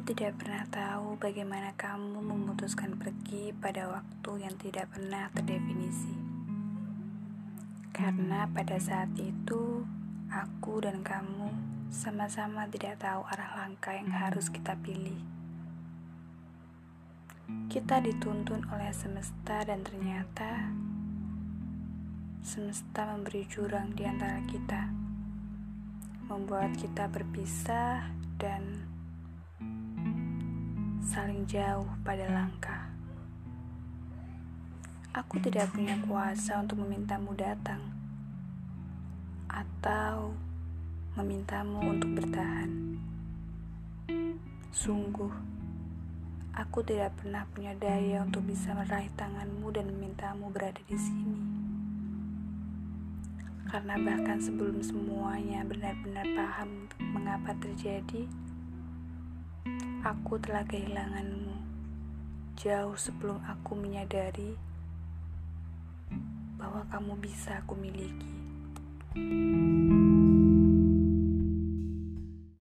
tidak pernah tahu bagaimana kamu memutuskan pergi pada waktu yang tidak pernah terdefinisi. Karena pada saat itu, aku dan kamu sama-sama tidak tahu arah langkah yang harus kita pilih. Kita dituntun oleh semesta dan ternyata semesta memberi jurang di antara kita, membuat kita berpisah dan saling jauh pada langkah. Aku tidak punya kuasa untuk memintamu datang atau memintamu untuk bertahan. Sungguh, aku tidak pernah punya daya untuk bisa meraih tanganmu dan memintamu berada di sini. Karena bahkan sebelum semuanya benar-benar paham mengapa terjadi, aku telah kehilanganmu jauh sebelum aku menyadari bahwa kamu bisa aku miliki.